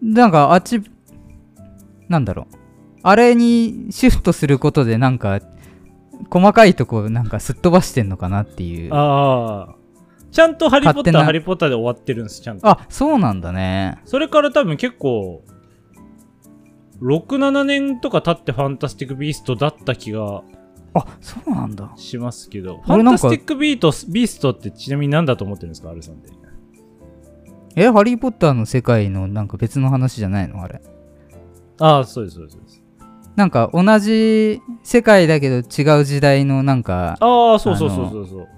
なんかあっちなんだろう、あれにシフトすることでなんか細かいとこなんかすっ飛ばしてんのかなっていう。 ああ。ちゃんとハリーポッターハリーポッターで終わってるんです、ちゃんと。 あ、そうなんだね。 それから多分結構ろく、ななねんとか経ってファンタスティック・ビーストだった気があ、そうなんだしますけど。ファンタスティックビート・ビーストってちなみに何だと思ってるんですか、アルさんで。 え、ハリーポッターの世界のなんか別の話じゃないのあれ。 ああ、そうですそうですそうです。 なんか同じ世界だけど違う時代のなんか。 ああ、そうそうそうそうそう。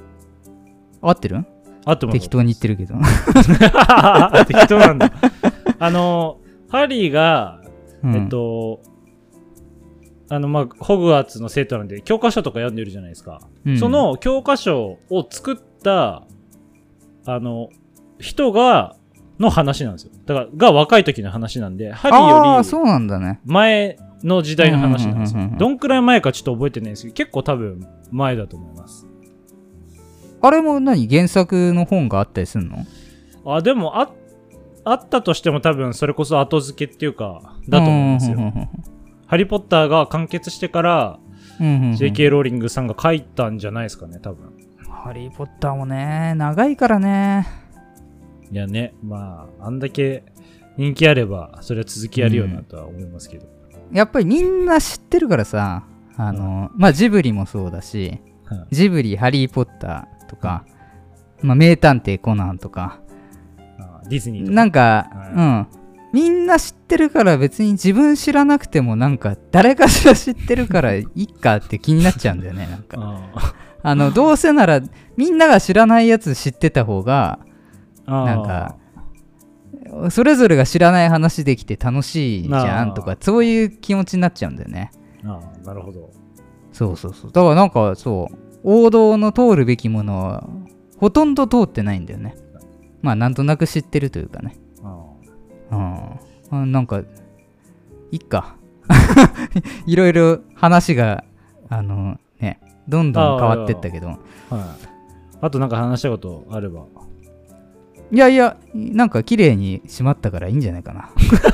合ってる？ 合ってます。 適当に言ってるけど。 適当なんだ。 あのハリーが、うん、えっとあのまあホグワーツの生徒なんで教科書とか読んでるじゃないですか、うん、その教科書を作ったあの人がの話なんですよ。だからが若い時の話なんで、ハリーよりそうなんだね。 前の時代の話なんですよ。どんくらい前かちょっと覚えてないんですけど、結構多分前だと思います。 あれも何原作の本があったりするの？ あ、でも あ, あったとしても多分それこそ後付けっていうかだと思うんですよ。ハリーポッターが完結してから ジェーケー ローリングさんが書いたんじゃないですかね、多分。 ハリーポッターもね長いからね。 いやね、まああんだけ人気あればそれは続きやるよなとは思いますけど、 うん、やっぱりみんな知ってるからさ、あの、うん、まあジブリもそうだし、うん、ジブリ、ハリーポッターとか、うん、まあ名探偵コナンとか、 あディズニーとかなんか、うん、うん、みんな知ってるから別に自分知らなくてもなんか誰かしら知ってるからいいかって気になっちゃうんだよね。なんかああのどうせならみんなが知らないやつ知ってた方がなんかそれぞれが知らない話できて楽しいじゃんとかそういう気持ちになっちゃうんだよね。 ああ、なるほど。 そうそうそう。だからなんかそう王道の通るべきものはほとんど通ってないんだよね。まあなんとなく知ってるというかね。ああ、うん、なんかいっかいろいろ話があのねどんどん変わってったけど、あ、はい、 あとなんか話したことあれば。 いやいや、なんか綺麗に閉まったからいいんじゃないかな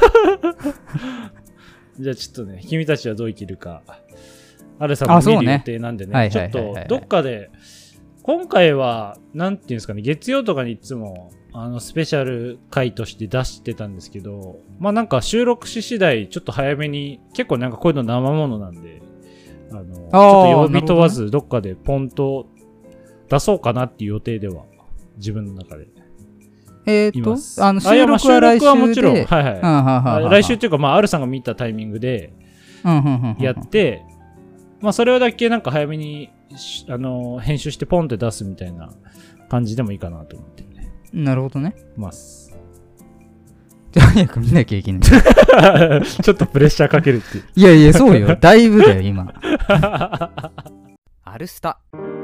じゃあちょっとね、君たちはどう生きるかアルさんも見る予定なんでね、ちょっとどっかで今回はなんていうんですかね、月曜とかにいつもあのスペシャル回として出してたんですけど、まあなんか収録し次第ちょっと早めに、結構なんかこういうの生ものなんで、あのちょっと曜日問わずどっかでポンと出そうかなっていう予定では自分の中で。 えー、っとあの収録は来週で、 はもちろん、はいはい、来週っていうか、まあ、アルさんが見たタイミングでやって、まあ、それだけなんか早めにあの編集してポンって出すみたいな感じでもいいかなと思って、ね、 なるほどね。 ますじゃあ早く見なきゃいけないちょっとプレッシャーかけるっていういやいや、そうよ、だいぶだよ今アルスタ。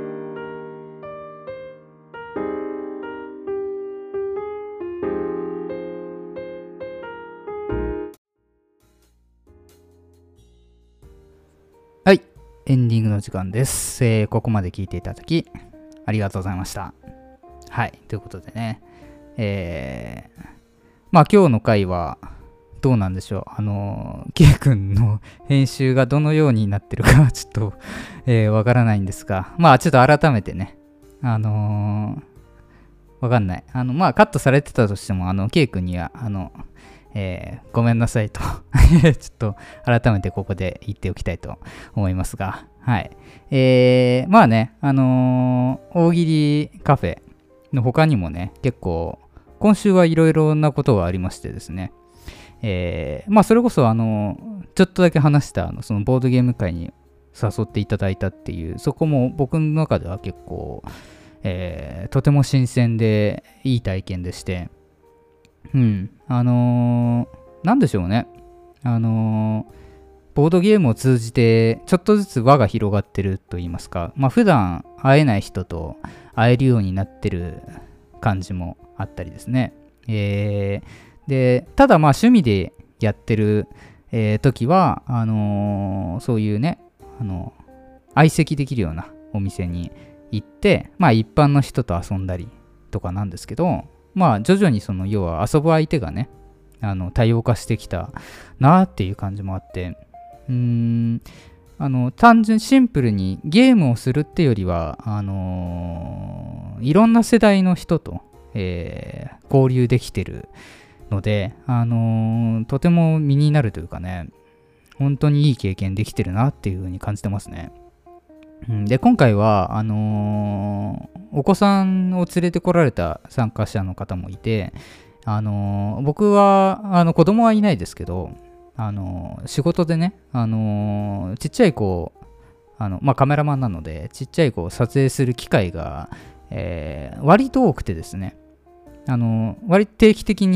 はい、エンディングの時間です、えー、ここまで聞いていただきありがとうございました。はい、ということでね、えー、まあ今日の回はどうなんでしょう。あのー、K 君の編集がどのようになってるかちょっと、えー、わからないんですが、まあちょっと改めてね、あのー、わかんない。あの、まあカットされてたとしても、あの、K 君には、あの、えー、ごめんなさいとちょっと改めてここで言っておきたいと思いますが、はい。えー、まあね、あのー、大喜利カフェの他にもね、結構、今週はいろいろなことがありましてですね、えー、まあそれこそあの、ちょっとだけ話したあのそのボードゲーム会に誘っていただいたっていう、そこも僕の中では結構、えー、とても新鮮でいい体験でして、うん、あのー、なんでしょうね。あのー、ボードゲームを通じてちょっとずつ輪が広がってると言いますか、まあ普段会えない人と会えるようになってる感じもあったりですね。えー、で、ただまあ趣味でやってる、えー、時は、あのー、そういうね、あの相席できるようなお店に行って、まあ一般の人と遊んだりとかなんですけど、まあ徐々にその要は遊ぶ相手がね、あの多様化してきたなっていう感じもあって、うーん、あの単純シンプルにゲームをするってよりは、あのー、いろんな世代の人と、えー、交流できてるので、あのー、とても身になるというかね、本当にいい経験できてるなっていう風に感じてますね。で、今回はあのー、お子さんを連れてこられた参加者の方もいて、あのー、僕はあの子供はいないですけど、あのー、仕事でね、あのー、ちっちゃい子、あのまあ、カメラマンなのでちっちゃい子を撮影する機会が、えー、割と多くてですね、あの割定期的に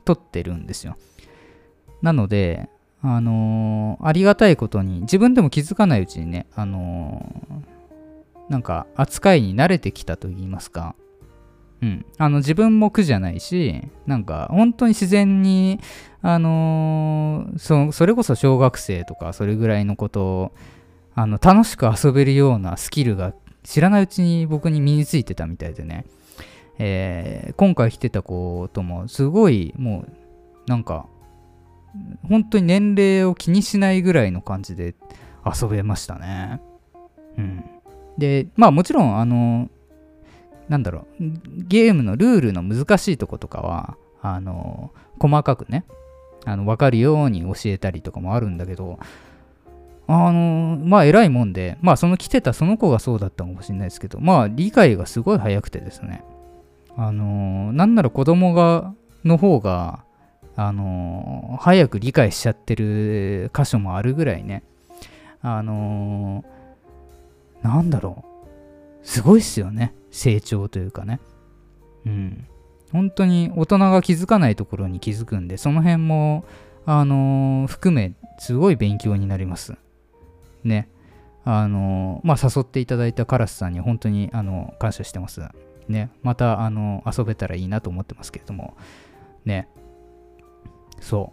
取ってるんですよ。なので、あのー、ありがたいことに、自分でも気づかないうちにね、あのー、なんか扱いに慣れてきたと言いますか、うん、あの自分も苦じゃないし、なんか本当に自然に、あのー、そ, それこそ小学生とかそれぐらいのことをあの楽しく遊べるようなスキルが知らないうちに僕に身についてたみたいでね、えー、今回来てた子ともすごいもうなんか本当に年齢を気にしないぐらいの感じで遊べましたね。うん。で、まあもちろんあのなんだろう、ゲームのルールの難しいとことかはあの細かくねあの分かるように教えたりとかもあるんだけど、あのまあ偉いもんで、まあその来てたその子がそうだったかもしれないですけど、まあ理解がすごい早くてですね、あのなんなら子供がの方があの早く理解しちゃってる箇所もあるぐらいね、あのなんだろう、すごいっすよね、成長というかね。うん。本当に大人が気づかないところに気づくんで、その辺も、あのー、含め、すごい勉強になります。ね。あのー、まあ、誘っていただいたカラスさんに本当に、あのー、感謝してます。ね。また、あのー、遊べたらいいなと思ってますけれども。ね。そう。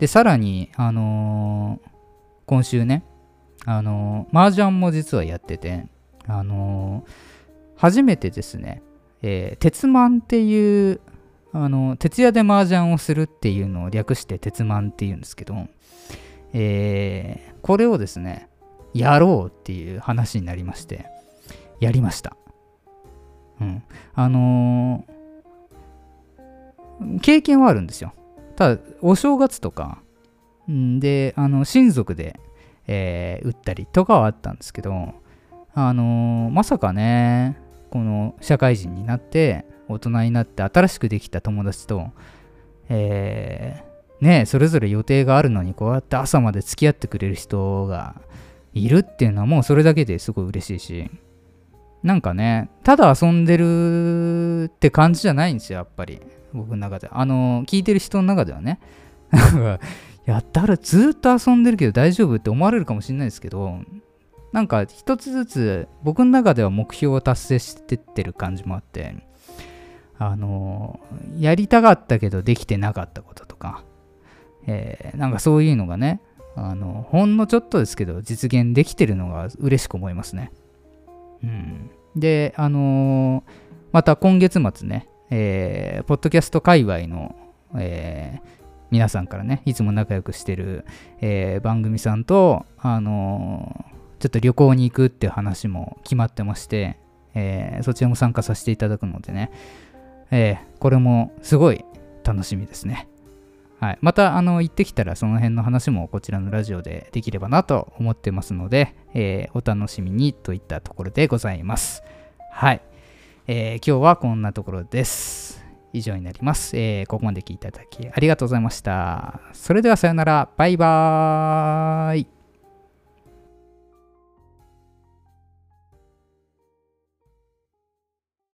で、さらに、あのー、今週ね、あのー、麻雀も実はやってて、あのー、初めてですね、えー、鉄マンっていう、あの、徹夜で麻雀をするっていうのを略して鉄マンっていうんですけど、えー、これをですね、やろうっていう話になりまして、やりました。うん。あのー、経験はあるんですよ。ただ、お正月とか、んで、あの、親族で、えー、打ったりとかはあったんですけど、あのー、まさかね、この社会人になって大人になって新しくできた友達と、えー、ねそれぞれ予定があるのにこうやって朝まで付き合ってくれる人がいるっていうのはもうそれだけですごい嬉しいし、なんかねただ遊んでるって感じじゃないんですよ、やっぱり僕の中で。あの聞いてる人の中ではねやったらずっと遊んでるけど大丈夫って思われるかもしれないですけど、なんか一つずつ僕の中では目標を達成してってる感じもあって、あのやりたかったけどできてなかったこととか、えー、なんかそういうのがね、あのほんのちょっとですけど実現できてるのが嬉しく思いますね。うん、で、あのー、また今月末ね、えー、ポッドキャスト界隈の、えー、皆さんからねいつも仲良くしてる、えー、番組さんと、あのーちょっと旅行に行くっていう話も決まってまして、えー、そちらも参加させていただくのでね、えー、これもすごい楽しみですね。はい、またあの行ってきたらその辺の話もこちらのラジオでできればなと思ってますので、えー、お楽しみにといったところでございます。はい、えー、今日はこんなところです。以上になります。えー、ここまで聞いていただきありがとうございました。それではさよなら、バイバーイ。